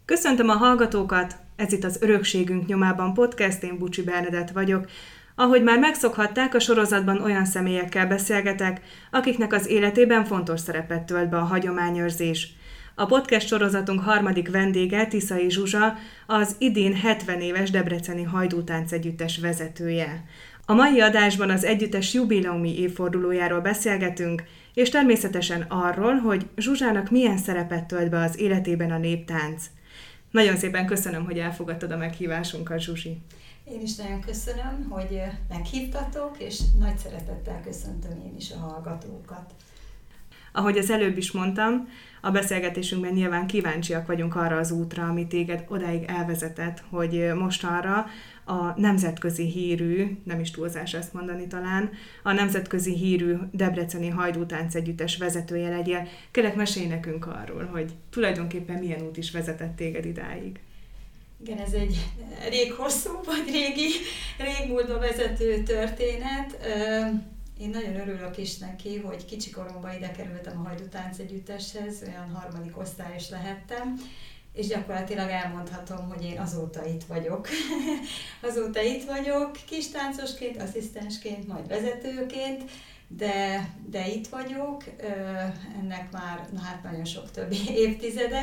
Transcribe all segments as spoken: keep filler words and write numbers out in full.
Köszöntöm a hallgatókat, ez itt az Örökségünk nyomában podcast, én Bucsi Bernadett vagyok. Ahogy már megszokhatták, a sorozatban olyan személyekkel beszélgetek, akiknek az életében fontos szerepet tölt be a hagyományőrzés. A podcast sorozatunk harmadik vendége Tiszai Zsuzsa, az idén hetven éves debreceni Hajdú-tánc együttes vezetője. A mai adásban az együttes jubileumi évfordulójáról beszélgetünk, és természetesen arról, hogy Zsuzsának milyen szerepet tölt be az életében a néptánc. Nagyon szépen köszönöm, hogy elfogadtad a meghívásunkat, Zsuzsi. Én is nagyon köszönöm, hogy meghívtatok, és nagy szeretettel köszöntöm én is a hallgatókat. Ahogy az előbb is mondtam, a beszélgetésünkben nyilván kíváncsiak vagyunk arra az útra, ami téged odáig elvezetett, hogy mostanra a nemzetközi hírű, nem is túlzás ezt mondani talán, a nemzetközi hírű debreceni Hajdú-tánc együttes vezetője legyél. Kérlek, mesélj nekünk arról, hogy tulajdonképpen milyen út is vezetett téged idáig. Igen, ez egy rég hosszú, vagy régi, régmúltba vezető történet. Én nagyon örülök is neki, hogy kicsikoromban ide kerültem a Hajdú-tánc együtteshez, olyan harmadik osztályos lehettem, és gyakorlatilag elmondhatom, hogy én azóta itt vagyok. azóta itt vagyok, kis táncosként, asszisztensként, majd vezetőként, de, de itt vagyok, ennek már na hát nagyon sok több évtizede.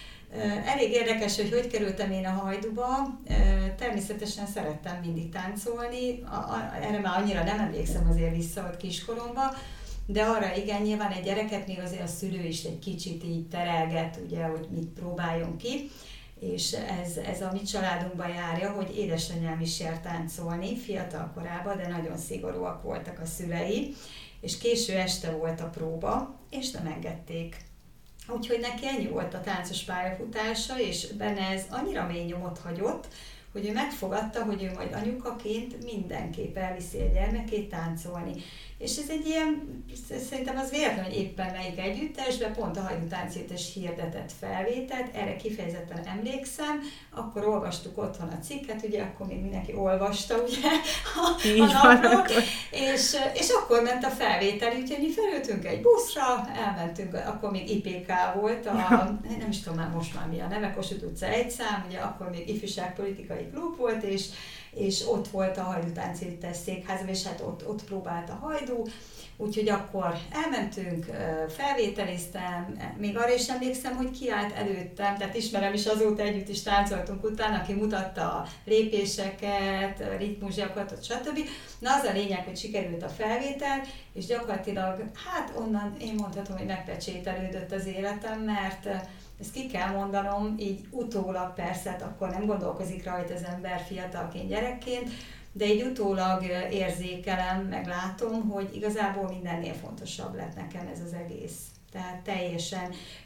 Elég érdekes, hogy hogy kerültem én a Hajdúba. Természetesen szerettem mindig táncolni, erre már annyira nem emlékszem azért vissza ott kiskoromban, de arra igen, nyilván egy gyereket még azért a szülő is egy kicsit így terelget, ugye, hogy mit próbáljon ki, és ez, ez a mi családunkban járja, hogy édesanyám is járt táncolni fiatal korában, de nagyon szigorúak voltak a szülei, és késő este volt a próba, és nem engedték. Úgyhogy neki ennyi volt a táncos pályafutása, és benne ez annyira mély nyomot hagyott, hogy ő megfogadta, hogy ő majd anyukaként mindenképp elviszi a gyermekét táncolni. És ez egy ilyen, szerintem az véletlen, hogy éppen melyik együttesben, pont a Hajdú-tánc együttes hirdetett felvételt, erre kifejezetten emlékszem, akkor olvastuk otthon a cikket, ugye akkor még mindenki olvasta, ugye, a, a napról, és, és akkor ment a felvétel, úgyhogy mi felültünk egy buszra, elmentünk, akkor még i pé ká volt, a, nem is tudom már most már mi a neve, Kossuth utca egy szám, ugye akkor még ifjúságpolitikai klub volt, és és ott volt a Hajdú-tánc együttes székháza, és hát ott, ott próbált a Hajdú, úgyhogy akkor elmentünk, felvételiztem, még arra is emlékszem, hogy ki állt előttem, tehát ismerem is, azóta együtt is táncoltunk utána, aki mutatta a lépéseket, ritmusgyakorlatot, stb. Na az a lényeg, hogy sikerült a felvétel, és gyakorlatilag, hát onnan én mondhatom, hogy megpecsételődött az életem, mert ezt ki kell mondanom, így utólag persze, akkor nem gondolkozik rajta az ember fiatalként, gyerekként, de így utólag érzékelem, meglátom, hogy igazából mindennél fontosabb lett nekem ez az egész. Tehát teljesen,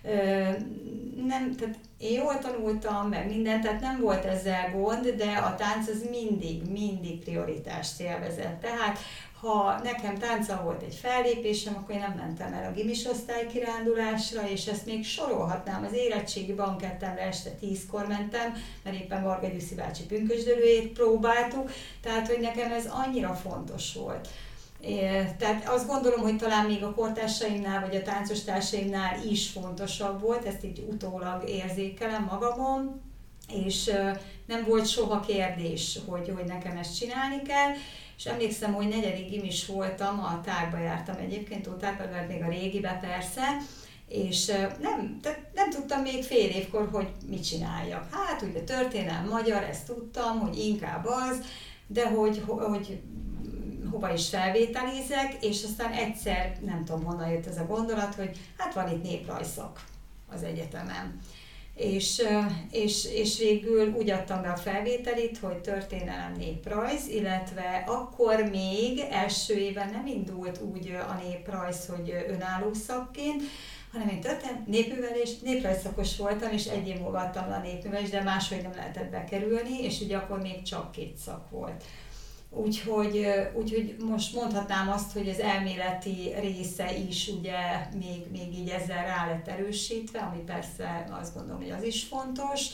nem, tehát én jól tanultam, meg minden, tehát nem volt ezzel gond, de a tánc az mindig, mindig prioritást élvezett. Tehát ha nekem tánccal volt egy fellépésem, akkor én nem mentem el a gimis osztály kirándulásra, és ezt még sorolhatnám. Az érettségi bankettemre este tízkor mentem, mert éppen Varga Gyuszi bácsi pünkösdölőjét próbáltuk, tehát hogy nekem ez annyira fontos volt. É, tehát azt gondolom, hogy talán még a kortársaimnál, vagy a táncos társaimnál is fontosabb volt, ezt így utólag érzékelem magamon, és nem volt soha kérdés, hogy, hogy nekem ezt csinálni kell. És emlékszem, hogy negyedik gimis voltam, a tárba jártam egyébként, Ótárba, még a régibe persze, és nem, nem tudtam még fél évkor, hogy mit csináljak. Hát ugye történelem, magyar, ezt tudtam, hogy inkább az, de hogy, hogy hova is felvételizek, és aztán egyszer, nem tudom honnan jött ez a gondolat, hogy hát van itt néprajzszak az egyetemen. És, és, és végül úgy adtam be a felvételit, hogy történelem, néprajz, illetve akkor még első éven nem indult úgy a néprajz, hogy önálló szakként, hanem én történelem, népművelés, néprajzszakos voltam, és egy év múlva adtam le a népművelés, de máshogy nem lehetett bekerülni, és ugye akkor még csak két szak volt. Úgyhogy, úgyhogy most mondhatnám azt, hogy az elméleti része is ugye még, még így ezzel rá lett erősítve, ami persze azt gondolom, hogy az is fontos.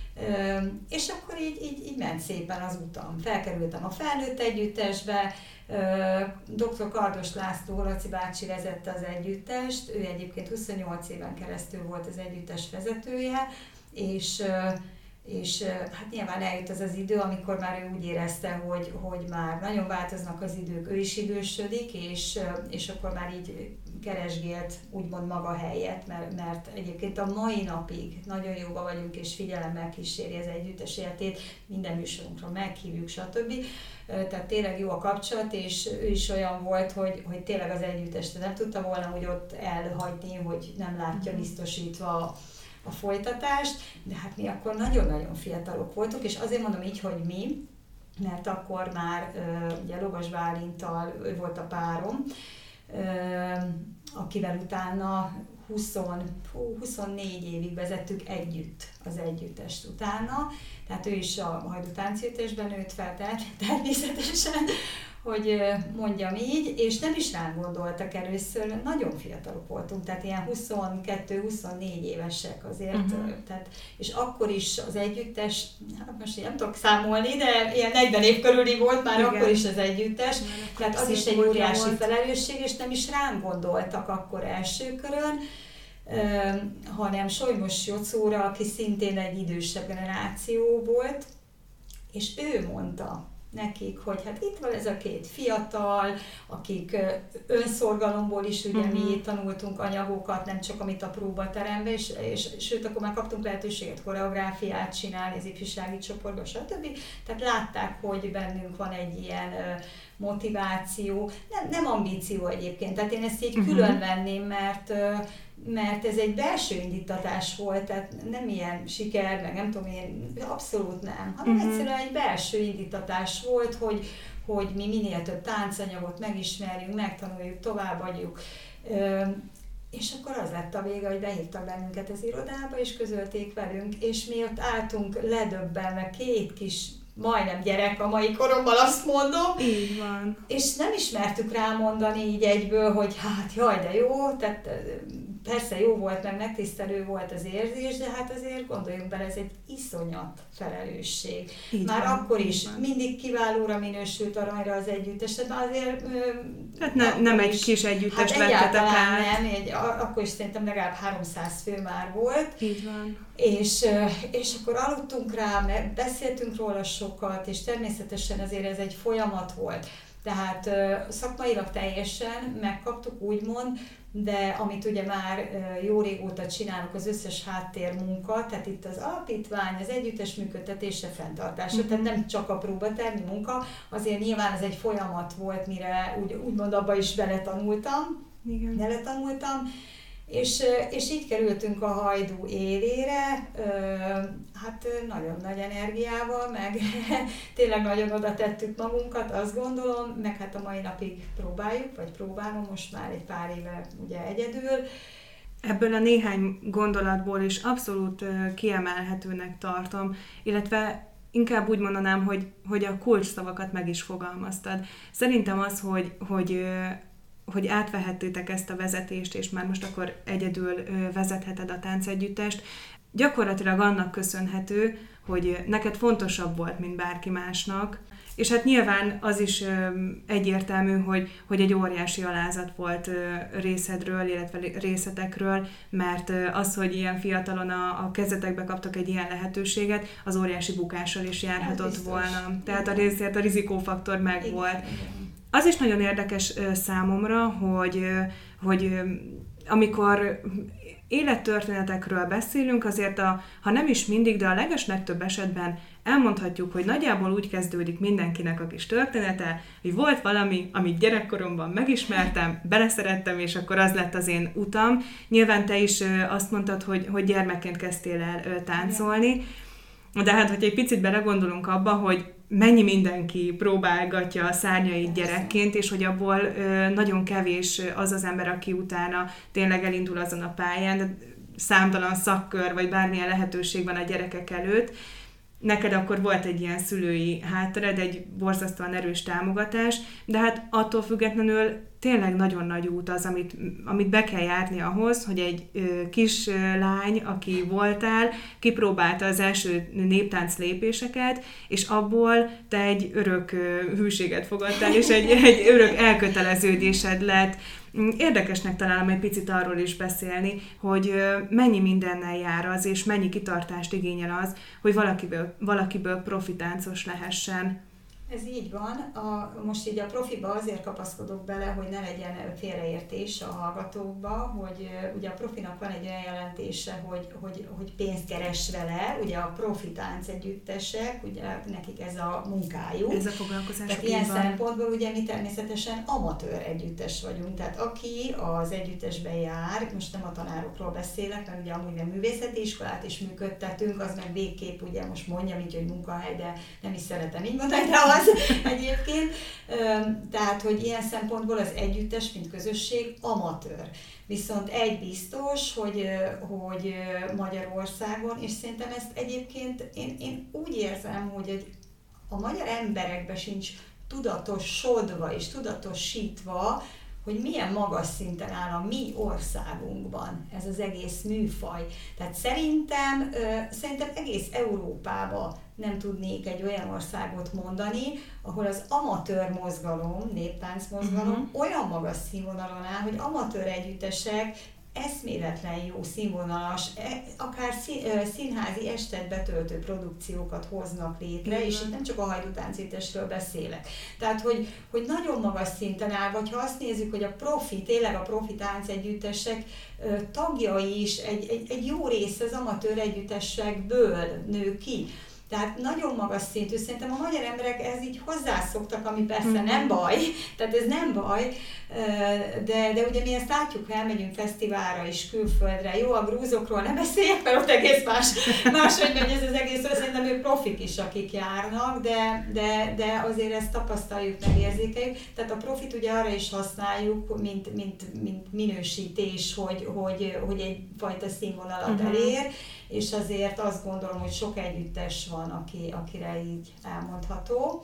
És akkor így, így, így ment szépen az utam. Felkerültem a felnőtt együttesbe, doktor Kardos László, Laci bácsi vezette az együttest, ő egyébként huszonnyolc éven keresztül volt az együttes vezetője, és és hát nyilván eljött az az idő, amikor már ő úgy érezte, hogy, hogy már nagyon változnak az idők, ő is idősödik, és, és akkor már így keresgélt úgymond maga helyet, mert, mert egyébként a mai napig nagyon jóban vagyunk, és figyelemmel kíséri az együttes életét, minden műsorunkra meghívjuk, stb. Tehát tényleg jó a kapcsolat, és ő is olyan volt, hogy, hogy tényleg az együttest nem tudta volna úgy ott elhagyni, hogy nem látja biztosítva a folytatást, de hát mi akkor nagyon-nagyon fiatalok voltunk, és azért mondom így, hogy mi, mert akkor már ugye Lovas Bálinttal, ő volt a párom, akivel utána húsz, huszonnégy évig vezettük együtt az együttest utána, tehát ő is a Hajdú Táncegyüttesben nőtt fel természetesen, hogy mondjam így, és nem is ránk gondoltak először, mert nagyon fiatalok voltunk, tehát ilyen huszonkettő-huszonnégy évesek azért, uh-huh. tehát, és akkor is az együttes, hát most nem tudok számolni, de ilyen negyven év körüli volt már. Igen. Akkor is az együttes, tehát az is egy óriási volt. Felelősség, és nem is ránk gondoltak akkor első körön, Uh, hanem Solymos Jocóra, aki szintén egy idősebb generáció volt, és ő mondta nekik, hogy hát itt van ez a két fiatal, akik önszorgalomból is ugye uh-huh. mi tanultunk anyagokat, nem csak amit a próbateremben, és, és sőt, akkor már kaptunk lehetőséget koreográfiát csinálni az ifjúsági csoportban, stb. Tehát látták, hogy bennünk van egy ilyen motiváció, nem, nem ambíció egyébként, tehát én ezt így uh-huh. külön venném, mert mert ez egy belső indítatás volt, tehát nem ilyen siker, meg nem tudom én, abszolút nem, hanem uh-huh. egyszerűen egy belső indítatás volt, hogy, hogy mi minél több táncanyagot megismerjünk, megtanuljuk, továbbadjuk. És akkor az lett a vége, hogy behívtak bennünket az irodába, és közölték velünk, és mi ott álltunk ledöbbenve, két kis majdnem gyerek a mai koromban, azt mondom. Így van. És nem ismertük rámondani így egyből, hogy hát jaj, de jó, tehát persze jó volt, meg megtisztelő volt az érzés, de hát azért gondoljunk bele, ez egy iszonyat felelősség. Így Már van, akkor is van. Mindig kiválóra minősült aranyra az együttes, tehát azért... Hát ne, nem egy kis együttes hát vettetek át. nem, egy, akkor is szerintem legalább háromszáz fő már volt. Így van. És, és akkor aludtunk rá, beszéltünk róla sokat, és természetesen azért ez egy folyamat volt. Tehát szakmailag teljesen megkaptuk, úgymond, de amit ugye már jó régóta csinálok, az összes háttérmunka, tehát itt az alapítvány, az együttes működtetése, fenntartása, uh-huh. tehát nem csak a próbatermi munka, azért nyilván ez egy folyamat volt, mire úgy, úgymond abba is beletanultam, Igen. beletanultam, És, és így kerültünk a Hajdú élére, hát nagyon nagy energiával, meg tényleg nagyon oda tettük magunkat, azt gondolom, meg hát a mai napig próbáljuk, vagy próbálom most már egy pár éve ugye egyedül. Ebből a néhány gondolatból is abszolút kiemelhetőnek tartom, illetve inkább úgy mondanám, hogy, hogy a kulcsszavakat meg is fogalmaztad. Szerintem az, hogy, hogy hogy átvehettétek ezt a vezetést, és már most akkor egyedül vezetheted a táncegyüttest, gyakorlatilag annak köszönhető, hogy neked fontosabb volt, mint bárki másnak, és hát nyilván az is egyértelmű, hogy, hogy egy óriási alázat volt részedről, illetve részletekről, mert az, hogy ilyen fiatalon a, a kezetekbe kaptak egy ilyen lehetőséget, az óriási bukással is járhatott volna. Tehát a részért a rizikófaktor megvolt. Az is nagyon érdekes számomra, hogy, hogy amikor élettörténetekről beszélünk, azért a, ha nem is mindig, de a legeslegtöbb esetben elmondhatjuk, hogy nagyjából úgy kezdődik mindenkinek a kis története, hogy volt valami, amit gyerekkoromban megismertem, beleszerettem, és akkor az lett az én utam. Nyilván te is azt mondtad, hogy, hogy gyermekként kezdtél el táncolni, de hát, hogy egy picit belegondolunk abba, hogy mennyi mindenki próbálgatja a szárnyait gyerekként, és hogy abból ö, nagyon kevés az az ember, aki utána tényleg elindul azon a pályán, de számtalan szakkör, vagy bármilyen lehetőség van a gyerekek előtt. Neked akkor volt egy ilyen szülői háttered, egy borzasztóan erős támogatás, de hát attól függetlenül tényleg nagyon nagy út az, amit, amit be kell járni ahhoz, hogy egy ö, kis ö, lány, aki voltál, kipróbálta az első néptánc lépéseket, és abból te egy örök ö, hűséget fogadtál, és egy, egy örök elköteleződésed lett Érdekesnek találom egy picit arról is beszélni, hogy mennyi mindennel jár az, és mennyi kitartást igényel az, hogy valakiből, valakiből profitáncos lehessen. Ez így van. A, most így a profiba azért kapaszkodok bele, hogy ne legyen félreértés a hallgatókba, hogy ugye a profinak van egy olyan jelentése, hogy, hogy, hogy pénzt keres vele, ugye a profi tánc együttesek, ugye nekik ez a munkájuk. Ez a foglalkozás. Tehát ilyen szempontból ugye mi természetesen amatőr együttes vagyunk, tehát aki az együttesbe jár, most nem a tanárokról beszélek, mert ugye amúgy nem művészeti iskolát is működtetünk, az meg végképp ugye most mondja, mint hogy munkahely, de nem is szeretem így mondani, de az egyébként. Tehát, hogy ilyen szempontból az együttes, mint közösség amatőr. Viszont egy biztos, hogy, hogy Magyarországon, és szerintem ezt egyébként én, én úgy érzem, hogy a magyar emberekben sincs tudatosodva és tudatosítva, hogy milyen magas szinten áll a mi országunkban ez az egész műfaj. Tehát szerintem, szerintem egész Európában nem tudnék egy olyan országot mondani, ahol az amatőr mozgalom, néptánc mozgalom uh-huh. olyan magas színvonalon áll, hogy amatőr együttesek eszméletlen jó színvonalas, akár színházi estet betöltő produkciókat hoznak létre, mm-hmm. és itt nem csak a hajdútáncétesről beszélek. Tehát, hogy, hogy nagyon magas szinten áll, vagy ha azt nézzük, hogy a profi, tényleg a profi táncegyüttesek tagjai is egy, egy, egy jó része az amatőr együttesekből nő ki. Tehát nagyon magas szintű, szerintem a magyar emberek ez így hozzászoktak, ami persze mm-hmm. nem baj, tehát ez nem baj, de, de ugye mi ezt látjuk, ha elmegyünk fesztiválra és külföldre, jó, a grúzokról nem beszéljek, mert ott egész más, máshogy megy ez az egész, szerintem ők profik is, akik járnak, de, de, de azért ezt tapasztaljuk, meg érzékeljük. Tehát a profit ugye arra is használjuk, mint, mint, mint minősítés, hogy, hogy, hogy egyfajta színvonalat uh-huh. elér, és azért azt gondolom, hogy sok együttes van, aki, akire így elmondható.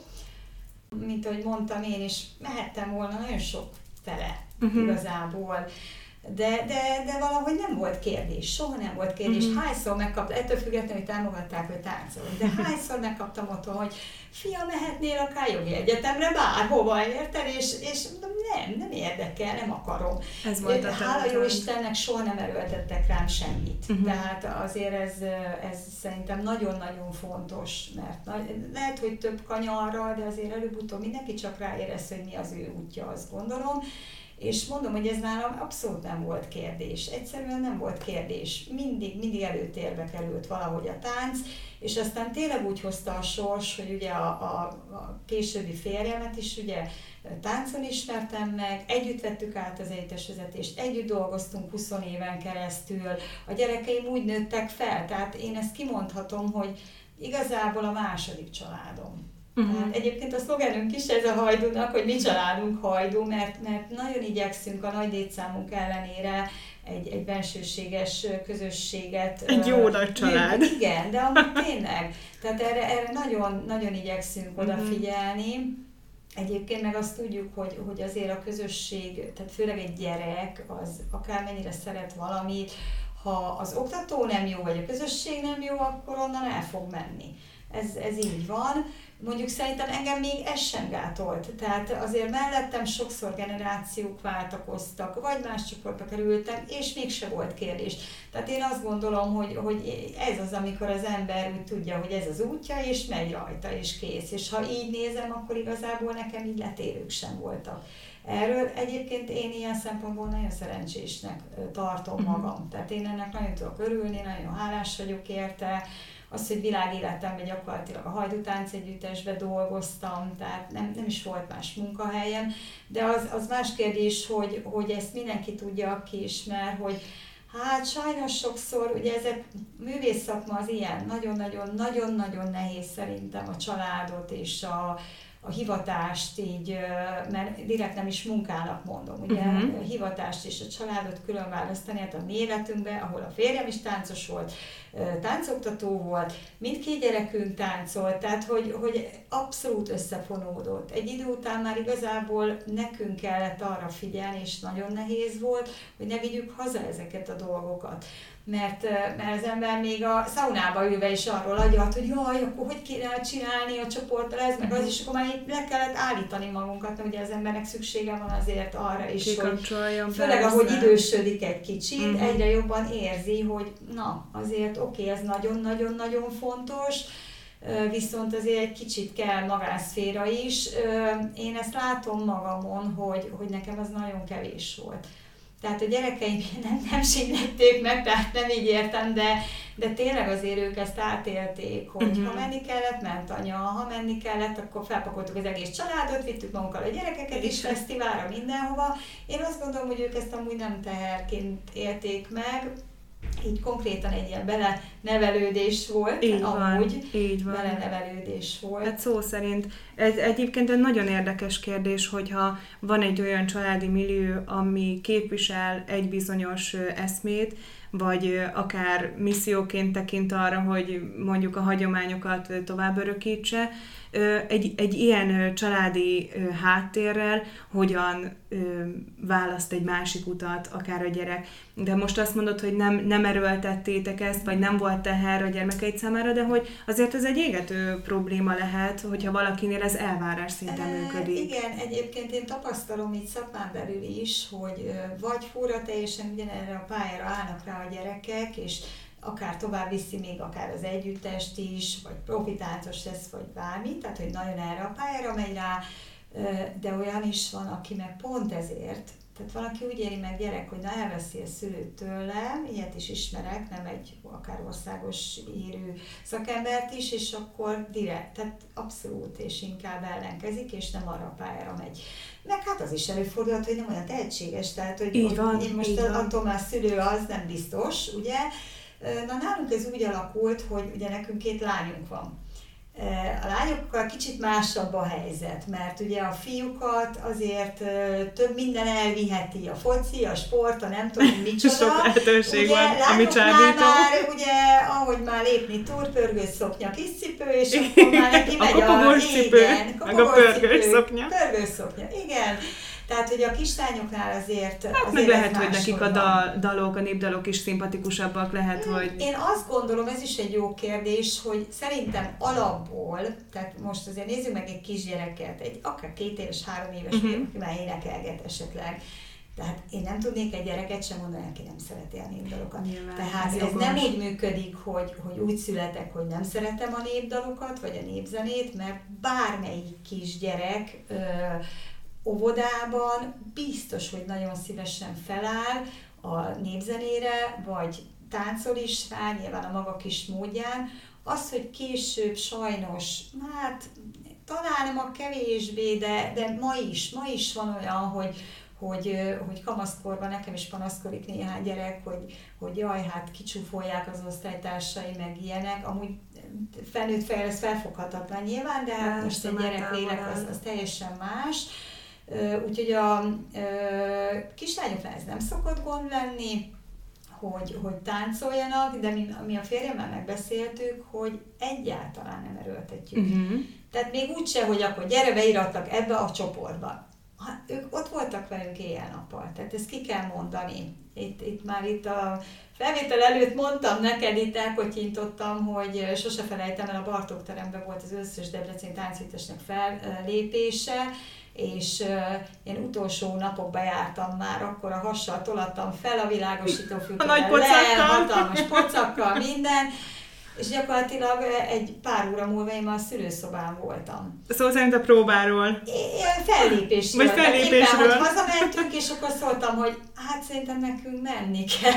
Mint ahogy mondtam, én is mehettem volna nagyon sok fele uh-huh. igazából. De, de, de valahogy nem volt kérdés, soha nem volt kérdés. Uh-huh. Hányszor megkaptam, ettől függetlenül, hogy támogatták, hogy táncolni, de hányszor megkaptam otthon, hogy fia, mehetnél akár jogi egyetemre, bárhova, érted? És, és nem, nem érdekel, nem akarom. Ez volt a Hála jó Istennek, soha nem erőltettek rám semmit. Uh-huh. Tehát azért ez, ez szerintem nagyon-nagyon fontos, mert nagy, lehet, hogy több kanyarral, de azért előbb-utóbb mindenki csak ráérez, hogy mi az ő útja, azt gondolom. És mondom, hogy ez nálam abszolút nem volt kérdés. Egyszerűen nem volt kérdés. Mindig, mindig előtérbe került valahogy a tánc, és aztán tényleg úgy hozta a sors, hogy ugye a, a, a későbbi férjemet is ugye táncon ismertem meg, együtt vettük át az együttesvezetést, együtt dolgoztunk húsz éven keresztül, a gyerekeim úgy nőttek fel, tehát én ezt kimondhatom, hogy igazából a második családom. Uh-huh. Tehát egyébként a szlogenünk is ez a hajdúnak, hogy mi családunk hajdú, mert, mert nagyon igyekszünk a nagy létszámunk ellenére egy, egy bensőséges közösséget. Egy jó nagy család. Műk, igen, de amúgy tényleg. Tehát erre, erre nagyon, nagyon igyekszünk odafigyelni. Uh-huh. Egyébként meg azt tudjuk, hogy, hogy azért a közösség, tehát főleg egy gyerek, az akármennyire szeret valamit, ha az oktató nem jó, vagy a közösség nem jó, akkor onnan el fog menni. Ez, ez így van. Mondjuk szerintem engem még ez sem gátolt. Tehát azért mellettem sokszor generációk váltakoztak, vagy más csoportba kerültem, és mégse volt kérdés. Tehát én azt gondolom, hogy, hogy ez az, amikor az ember úgy tudja, hogy ez az útja, és megy rajta, és kész. És ha így nézem, akkor igazából nekem így letérők sem voltak. Erről egyébként én ilyen szempontból nagyon szerencsésnek tartom magam. Tehát én ennek nagyon tudok örülni, nagyon hálás vagyok érte. Az, hogy világéletemben gyakorlatilag a hajdútánc együttesben dolgoztam, tehát nem, nem is volt más munkahelyem, de az, az más kérdés, hogy, hogy ezt mindenki tudja, aki ismer, hogy hát sajnos sokszor, ugye ezek művész szakma az ilyen, nagyon-nagyon-nagyon-nagyon nehéz szerintem a családot és a, a hivatást így, mert direkt nem is munkának mondom, ugye uh-huh. a hivatást és a családot külön választani, hát a mi életünkben, ahol a férjem is táncos volt, táncoktató volt, mindkét gyerekünk táncolt, tehát hogy, hogy abszolút összefonódott. Egy idő után már igazából nekünk kellett arra figyelni, és nagyon nehéz volt, hogy ne vigyük haza ezeket a dolgokat. mert, mert az ember még a szaunába ülve is arról agyalt, hogy jaj, akkor hogy kéne csinálni a csoporttal ez, meg az is, akkor már le kellett állítani magunkat, mert ugye az embernek szüksége van azért arra is, hogy főleg ahogy idősödik egy kicsit, uh-huh. egyre jobban érzi, hogy na, azért oké, okay, ez nagyon-nagyon-nagyon fontos, viszont azért egy kicsit kell magánszféra is. Én ezt látom magamon, hogy, hogy nekem az nagyon kevés volt. Tehát a gyerekeim nem, nem sínlették meg, tehát nem így értem, de, de tényleg azért ők ezt átélték, hogy uh-huh. ha menni kellett, ment anya, ha menni kellett, akkor felpakoltuk az egész családot, vittük magunkkal a gyerekeket is fesztiválra, mindenhova. Én azt gondolom, hogy ők ezt amúgy nem teherként élték meg, így konkrétan egy ilyen belenevelődés volt, így amúgy van, így van. belenevelődés volt. Hát szó szerint. Ez egyébként egy nagyon érdekes kérdés, hogyha van egy olyan családi millió, ami képvisel egy bizonyos eszmét, vagy akár misszióként tekint arra, hogy mondjuk a hagyományokat tovább örökítse, egy, egy ilyen családi háttérrel hogyan választ egy másik utat, akár a gyerek. De most azt mondod, hogy nem, nem erőltettétek ezt, vagy nem volt teher a gyermekeid számára, de hogy azért ez egy égető probléma lehet, hogyha valakinél ez elvárás szinten működik. E, igen, egyébként én tapasztalom így szakmán belül is, hogy vagy fúra teljesen ugyanerre a pályára állnak rá a gyerekek, és akár tovább viszi még akár az együttest is, vagy profitátos lesz, vagy bármi, tehát hogy nagyon erre a pályára megy rá, de olyan is van, aki meg pont ezért, tehát van, aki úgy éri meg gyerek, hogy na elveszi a szülőt tőlem, ilyet is ismerek, nem egy akár országos érő szakembert is, és akkor direkt, tehát abszolút, és inkább ellenkezik, és nem arra a pályára megy. Meg hát az is előfordulhat, hogy nem olyan tehetséges, tehát hogy, így van, hogy én most attól már szülő az nem biztos, ugye. Na nálunk ez úgy alakult, hogy ugye nekünk két lányunk van. A lányokkal kicsit másabb a helyzet, mert ugye a fiúkat azért több minden elviheti, a foci, a sport, a nem tudom micsoda. Sok lehetőség ugye, van, ami csábító. Már, ugye, ahogy már lépni túr, pörgős szoknya, kis cipő, és akkor már neki megy a kopogós cipő, meg a pörgős szoknya. Pörgős szoknya, igen. Tehát, hogy a kislányoknál azért... Hát azért meg lehet, hogy nekik a dal, dalok, a népdalok is szimpatikusabbak lehet, hmm, hogy... Én azt gondolom, ez is egy jó kérdés, hogy szerintem alapból, tehát most azért nézzük meg egy kisgyereket, egy akár két éves, három éves, uh-huh. aki már énekelget esetleg. Tehát én nem tudnék egy gyereket sem mondani, aki nem szereti a népdalokat. Nyilván, Tehát ez, ez nem úgy működik, hogy, hogy úgy születek, hogy nem szeretem a népdalokat, vagy a népzenét, mert bármelyik kisgyerek... Ö, óvodában biztos, hogy nagyon szívesen feláll a népzenére, vagy táncol is rá, nyilván a maga kis módján. Az, hogy később sajnos, hát talán ma kevésbé, de, de ma is, ma is van olyan, hogy, hogy, hogy kamaszkorban nekem is panaszkodik néhány gyerek, hogy, hogy jaj, hát kicsúfolják az osztálytársai, meg ilyenek. Amúgy felnőtt fejjel ez felfoghatatlan nyilván, de hát most egy gyerek lélek az, az teljesen más. Úgyhogy a kislányoknál ez nem szokott gond lenni, hogy, hogy táncoljanak, de mi, mi a férjemmel megbeszéltük, hogy egyáltalán nem erőltetjük. Uh-huh. Tehát még úgyse, hogy akkor gyere, beirattak ebbe a csoportba. Ha, ők ott voltak velünk éjjel-nappal, tehát ezt ki kell mondani. Itt, itt már itt a felvétel előtt mondtam neked, itt elkotyintottam, hogy sose felejtem el, a Bartók teremben volt az összes debreceni táncvitesnek fellépése, és uh, ilyen utolsó napokban jártam már, akkor a hassal tolattam fel a világosító fülkével, le, hatalmas pocakkal, minden, és gyakorlatilag egy pár óra múlva én már a szülőszobán voltam. Szóval szerint a próbáról? É, fellépésről. Vagy fellépésről. Éppen, hogy hazamentünk, és akkor szóltam, hogy hát szerintem nekünk menni kell.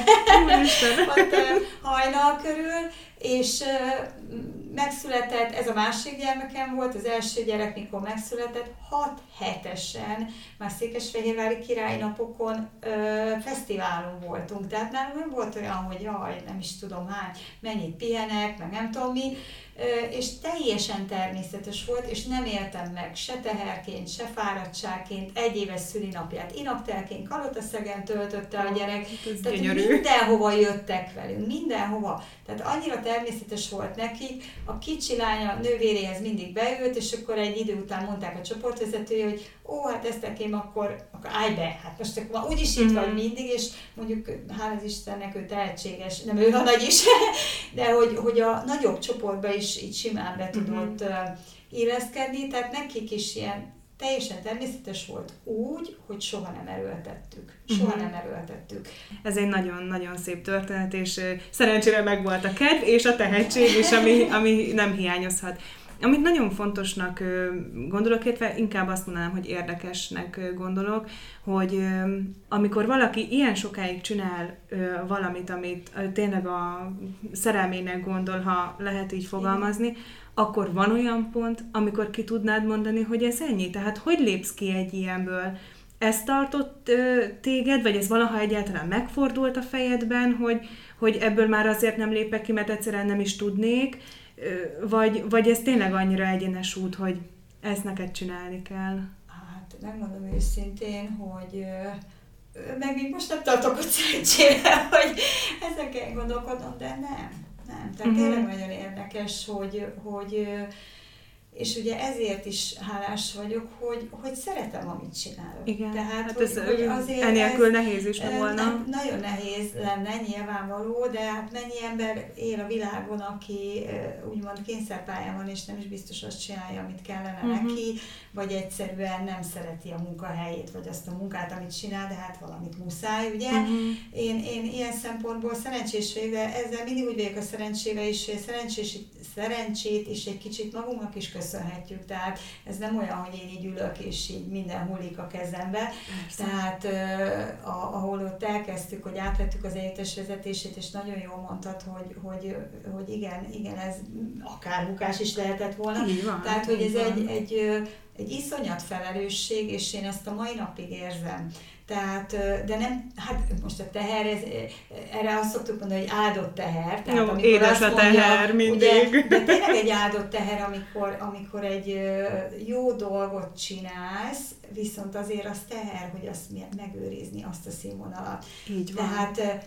Ott uh, hajnal körül, és uh, megszületett, ez a másik gyermekem volt, az első gyerek, mikor megszületett, hat hetesen, már Székesfehérvári királyi napokon ö, fesztiválon voltunk, tehát nálunk nem volt olyan, hogy jaj, nem is tudom hány, mennyit pihenek, meg nem tudom mi, ö, és teljesen természetes volt, és nem éltem meg se teherként, se fáradtságként, egy éves szülinapját inaktelként, Kalotaszegen töltötte a gyerek, tehát gyönyörű. Mindenhova jöttek velünk, mindenhova, tehát annyira természetes volt nekik, a kicsi lánya nővéréhez mindig beült, és akkor egy idő után mondták a csoportvezetője, hogy ó, hát ezt tekém, akkor, akkor állj be, hát most akkor úgyis itt vagy mindig, és mondjuk hála az Istennek ő tehetséges, nem ő a nagy is, de hogy, hogy a nagyobb csoportba is így simán be tudott uh, illeszkedni, tehát nekik is ilyen teljesen természetes volt úgy, hogy soha nem erőltettük. Soha uh-huh. nem erőltettük. Ez egy nagyon-nagyon szép történet, és szerencsére megvolt a kedv és a tehetség is, ami, ami nem hiányozhat. Amit nagyon fontosnak gondolok, illetve inkább azt mondanám, hogy érdekesnek gondolok, hogy amikor valaki ilyen sokáig csinál valamit, amit tényleg a szerelmének gondol, ha lehet így fogalmazni, akkor van olyan pont, amikor ki tudnád mondani, hogy ez ennyi? Tehát hogy lépsz ki egy ilyenből? Ez tartott ö, téged, vagy ez valaha egyáltalán megfordult a fejedben, hogy, hogy ebből már azért nem lépek ki, mert egyszerűen nem is tudnék, ö, vagy, vagy ez tényleg annyira egyenes út, hogy ezt neked csinálni kell? Hát megmondom őszintén, hogy ö, meg még most nem tartok ott szerencsére, hogy ezeken gondolkodom, de nem. Nem, tehát uh-huh. tényleg nagyon érdekes, hogy, hogy, és ugye ezért is hálás vagyok, hogy, hogy szeretem, amit csinálok. Igen, tehát, hát hogy, ez hogy azért enélkül nehéz is volna. Nem, nagyon nehéz lenne, nyilvánvaló, de hát mennyi ember él a világon, aki úgymond kényszerpályán van, és nem is biztos azt csinálja, amit kellene uh-huh. neki, vagy egyszerűen nem szereti a munkahelyét, vagy azt a munkát, amit csinál, de hát valamit muszáj, ugye? Uh-huh. Én, én ilyen szempontból szerencsés vagyok, de ezzel mindig úgy vagyok a szerencsével is, hogy szerencsés, szerencsét is egy kicsit magunknak is köszönhetjük, tehát ez nem olyan, hogy én így ülök, és így minden hullik a kezembe. Persze. Tehát uh, ahol ott elkezdtük, hogy átvettük az együttes vezetését, és nagyon jól mondtad, hogy, hogy, hogy igen, igen, ez akár bukás is lehetett volna. Van, tehát, hogy ez egy, egy, egy iszonyat felelősség, és én ezt a mai napig érzem. Tehát, de nem, hát most a teher, ez, erre azt szoktuk mondani, hogy áldott teher. Tehát jó, édes a teher mindig. Ugye, de tényleg egy áldott teher, amikor, amikor egy jó dolgot csinálsz, viszont azért az teher, hogy azt megőrizni, azt a színvonalat. Így van. Tehát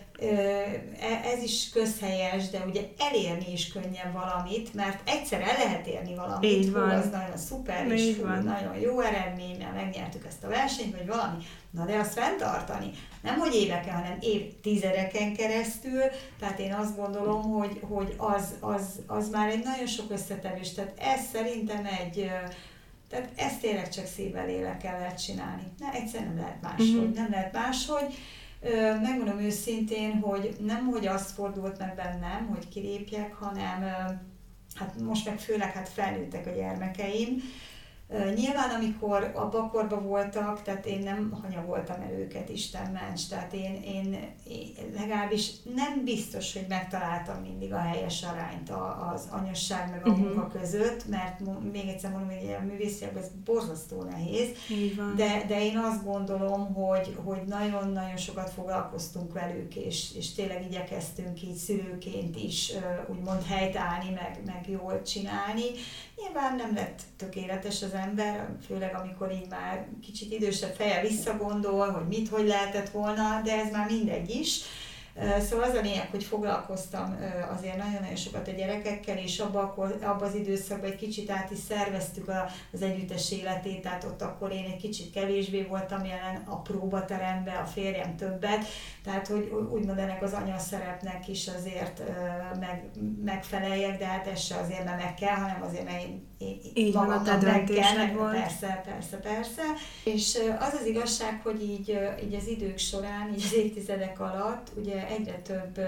ez is közhelyes, de ugye elérni is könnyebb valamit, mert egyszer el lehet érni valamit, így van. Az nagyon szuper, és fú, nagyon jó eredmény, mert megnyertük ezt a versenyt, vagy valami. Na de azt fenntartani, nem hogy éveken, hanem évtizedeken keresztül, tehát én azt gondolom, hogy, hogy az, az, az már egy nagyon sok összetevős, tehát ez szerintem egy, tehát ezt tényleg csak szívvel lélekkel lehet csinálni. Ne, egyszerűen nem lehet máshogy, uh-huh. nem lehet máshogy. Megmondom őszintén, hogy nem, hogy az fordult meg bennem, hogy kilépjek, hanem hát most meg főleg hát felnőttek a gyermekeim. Nyilván, amikor abban a korban voltak, tehát én nem hanyagoltam el őket, Isten ments, tehát én, én, én legalábbis nem biztos, hogy megtaláltam mindig a helyes arányt az anyasság meg a uh-huh. munka között, mert még egyszer mondom, hogy a művésziakban ez borzasztó nehéz, de, de én azt gondolom, hogy, hogy nagyon-nagyon sokat foglalkoztunk velük, és, és tényleg igyekeztünk így szülőként is úgymond helytállni, meg, meg jól csinálni. Nyilván nem lett tökéletes az ember, főleg amikor így már kicsit idősebb feje visszagondol, hogy mit, hogy lehetett volna, de ez már mindegy is. Szóval az a lényeg, hogy foglalkoztam azért nagyon-nagyon sokat a gyerekekkel, és abban abba az időszakban egy kicsit át is szerveztük az együttes életét, tehát ott akkor én egy kicsit kevésbé voltam jelen a próbateremben, a férjem többet, tehát hogy úgymond ennek az anyaszerepnek is azért meg, megfeleljek, de hát ez se azért, mert meg kell, hanem azért, mert én, én magamnak meg kell, meg, persze, persze, persze. És az az igazság, hogy így, így az idők során, így az évtizedek alatt, ugye egyre több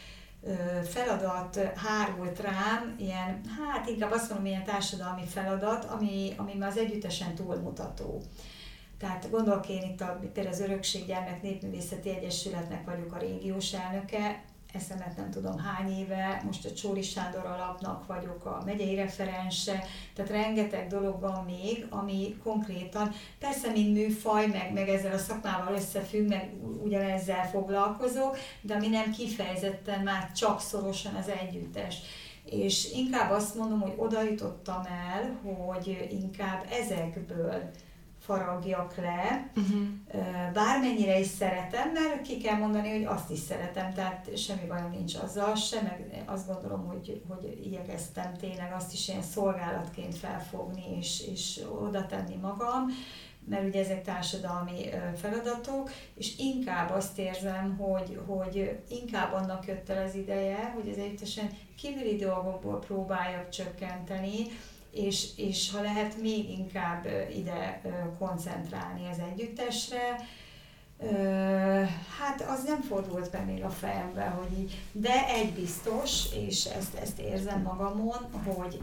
feladat hárult rám, ilyen, hát inkább azt mondom, ilyen társadalmi feladat, ami, ami már az együttesen túlmutató. Tehát gondolok én itt a, például az Örökség Gyermek Népművészeti Egyesületnek vagyok a régiós elnöke, eszemet nem tudom hány éve, most a Csóri Sándor Alapnak vagyok a megyei referense, tehát rengeteg dolog van még, ami konkrétan, persze mind műfaj, meg, meg ezzel a szakmával összefügg, meg ugyanezzel foglalkozok, de ami nem kifejezetten már csak szorosan az együttes. És inkább azt mondom, hogy oda jutottam el, hogy inkább ezekből faragjak le, uh-huh. bármennyire is szeretem, mert ki kell mondani, hogy azt is szeretem, tehát semmi bajom nincs azzal sem, meg azt gondolom, hogy, hogy igyekeztem tényleg azt is ilyen szolgálatként felfogni és, és oda tenni magam, mert ugye ezek társadalmi feladatok, és inkább azt érzem, hogy, hogy inkább annak jött el az ideje, hogy az együttesen kívüli dolgokból próbáljak csökkenteni, és, és ha lehet még inkább ide koncentrálni az együttesre. Hát az nem fordult be még a fejembe, hogy így, de egy biztos, és ezt, ezt érzem magamon, hogy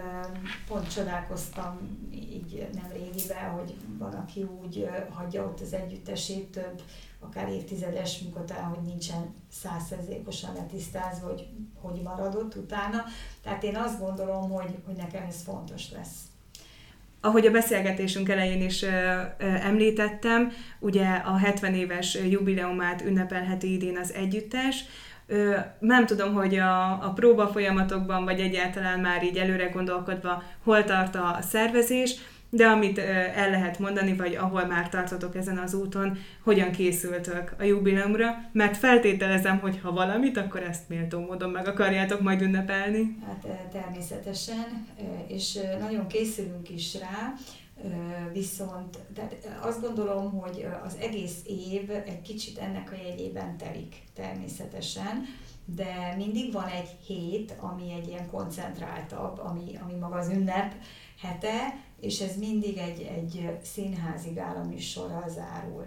pont csodálkoztam így nem régiben, hogy van, aki úgy hagyja ott az együttesét több, akár évtizedes munka után, hogy nincsen száz százalékosan letisztázva, hogy hogy maradott utána. Tehát én azt gondolom, hogy, hogy nekem ez fontos lesz. Ahogy a beszélgetésünk elején is ö, ö, említettem, ugye a hetven éves jubileumát ünnepelheti idén az együttes. Ö, nem tudom, hogy a, a próba folyamatokban, vagy egyáltalán már így előre gondolkodva hol tart a szervezés, de amit ö, el lehet mondani, vagy ahol már tartotok ezen az úton, hogyan készültök a jubileumra, mert feltételezem, hogy ha valamit, akkor ezt méltó módon meg akarjátok majd ünnepelni. Hát természetesen, és nagyon készülünk is rá, viszont tehát azt gondolom, hogy az egész év egy kicsit ennek a jegyében telik természetesen, de mindig van egy hét, ami egy ilyen koncentráltabb, ami, ami maga az ünnep hete, és ez mindig egy, egy színházi gálaműsorral zárul.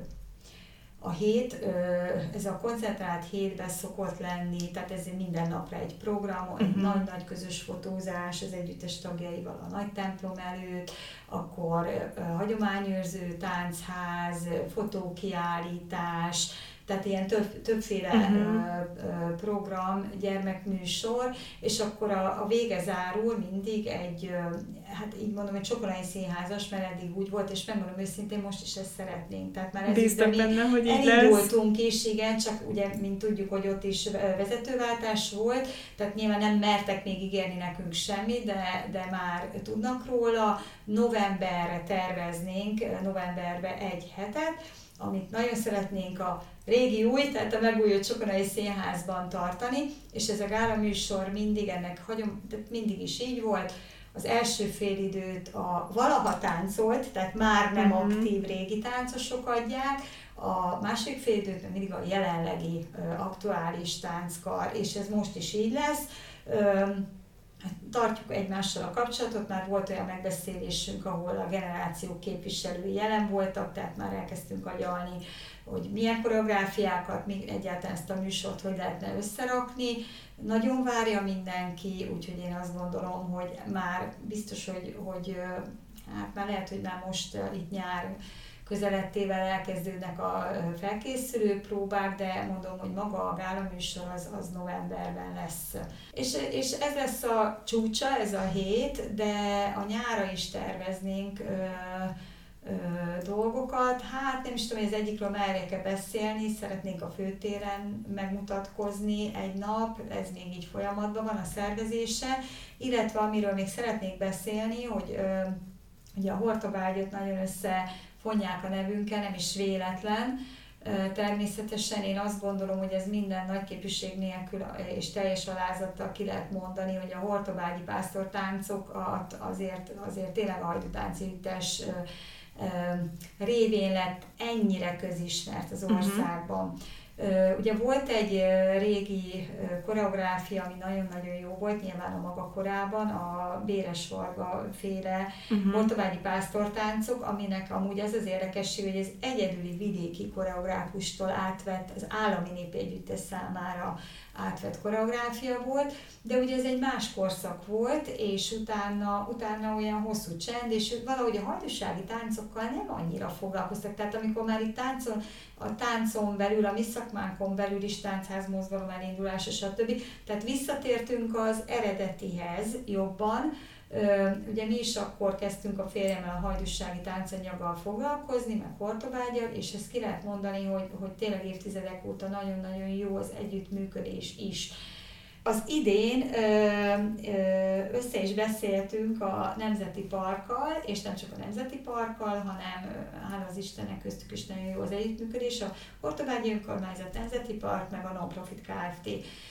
A hét, ez a koncentrált hétben szokott lenni, tehát ez minden napra egy program, egy uh-huh. nagy-nagy közös fotózás az együttes tagjaival a nagy templom előtt, akkor hagyományőrző táncház, fotókiállítás, tehát ilyen több, többféle uh-huh. program, gyermekműsor, és akkor a, a vége zárul mindig egy, hát így mondom, egy Csokonai Színházas, mert eddig úgy volt, és megmondom őszintén, most is ezt szeretnénk. Tehát már ez Bíztak benne, hogy így elindultunk is, igen, csak ugye, mint tudjuk, hogy ott is vezetőváltás volt, tehát nyilván nem mertek még ígérni nekünk semmit, de, de már tudnak róla. Novemberre terveznénk, novemberbe egy hetet, amit nagyon szeretnénk a régi új, tehát a megújult Csokonai Színházban tartani, és ez a gálaműsor mindig ennek hagyom, tehát mindig is így volt. Az első félidőt a valaha táncolt, tehát már nem uh-huh. aktív régi táncosok adják, a második félidőt meg mindig a jelenlegi aktuális tánckar, és ez most is így lesz. Tartjuk egymással a kapcsolatot, már volt olyan megbeszélésünk, ahol a generációk képviselői jelen voltak, tehát már elkezdtünk agyalni, hogy milyen koreográfiákat, egyáltalán ezt a műsort hogy lehetne összerakni. Nagyon várja mindenki, úgyhogy én azt gondolom, hogy már biztos, hogy, hogy hát már lehet, hogy már most itt nyár közelettével elkezdődnek a felkészülő próbák, de mondom, hogy maga a gálaműsor az, az novemberben lesz. És, és ez lesz a csúcsa, ez a hét, de a nyárra is terveznénk ö, ö, dolgokat. Hát nem is tudom, hogy az egyikről merre kell beszélni, szeretnénk a főtéren megmutatkozni egy nap, ez még így folyamatban van a szervezése, illetve amiről még szeretnék beszélni, hogy ö, ugye a Hortobágyot nagyon össze fonják a nevünkkel, nem is véletlen. Természetesen én azt gondolom, hogy ez minden nagyképűség nélkül és teljes alázattal ki lehet mondani, hogy a hortobágyi pásztortáncok azért, azért tényleg a hajdútánc együttes révén lett ennyire közismert az országban. Uh-huh. Ugye volt egy régi koreográfia, ami nagyon-nagyon jó volt, nyilván a maga korában, a Béres Varga féle uh-huh. hortobágyi pásztortáncok, aminek amúgy ez az érdekesség, hogy ez egyedüli vidéki koreográfustól átvett, az állami népegyüttes számára átvett koreográfia volt, de ugye ez egy más korszak volt, és utána, utána olyan hosszú csend, és valahogy a hajdúsági táncokkal nem annyira foglalkoztak. Tehát amikor már itt táncon, a táncon belül, a mi szakmánkon belül is táncház mozgalom elindulása, stb. Tehát visszatértünk az eredetihez jobban. Ugye mi is akkor kezdtünk a férjemmel a hajdúsági táncanyaggal foglalkozni, meg Hortobággyal, és ezt ki lehet mondani, hogy, hogy tényleg évtizedek óta nagyon-nagyon jó az együttműködés is. Az idén össze is beszéltünk a Nemzeti Parkkal, és nem csak a Nemzeti Parkkal, hanem hála az Istennek köztük is nagyon jó az együttműködés, a Hortobágyi Önkormányzat, Nemzeti Park, meg a Non-Profit Kft.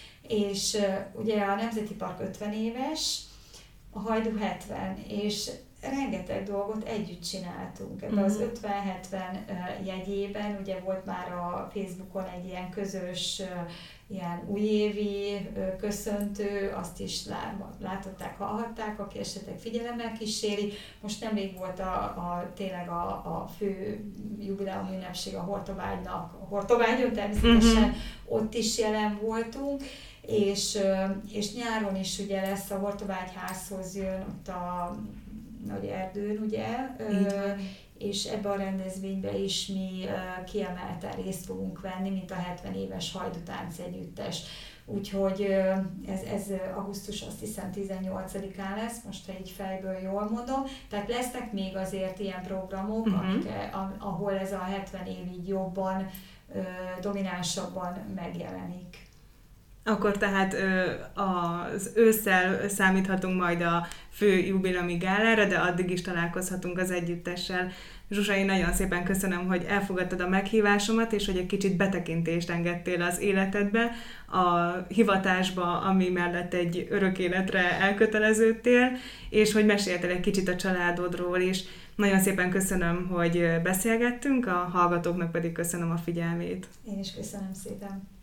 És ugye a Nemzeti Park ötven éves, a Hajdú hetven, és rengeteg dolgot együtt csináltunk. Ebben az ötven-hetven jegyében ugye volt már a Facebookon egy ilyen közös, ilyen újévi köszöntő, azt is látották, hallhatták, aki esetleg figyelemmel kíséri. Most nemrég volt a, a tényleg a, a fő jubileum ünnepség a Hortobágynak, a Hortobágyon természetesen uh-huh. ott is jelen voltunk, és, és nyáron is ugye lesz a Hortobágy házhoz jön ott a Nagy Erdőn, ugye, és ebbe a rendezvénybe is mi kiemelten részt fogunk venni, mint a hetven éves Hajdutánc együttes. Úgyhogy ez, ez augusztus azt hiszem tizennyolcadikán lesz, most ha így fejből jól mondom. Tehát lesznek még azért ilyen programok, uh-huh. amik, ahol ez a hetven év így jobban, dominánsabban megjelenik. Akkor tehát az ősszel számíthatunk majd a fő jubileumi gálára, de addig is találkozhatunk az együttessel. Zsuzsa, én nagyon szépen köszönöm, hogy elfogadtad a meghívásomat, és hogy egy kicsit betekintést engedtél az életedbe, a hivatásba, ami mellett egy örök életre elköteleződtél, és hogy meséltél egy kicsit a családodról is. Nagyon szépen köszönöm, hogy beszélgettünk, a hallgatóknak pedig köszönöm a figyelmét. Én is köszönöm szépen.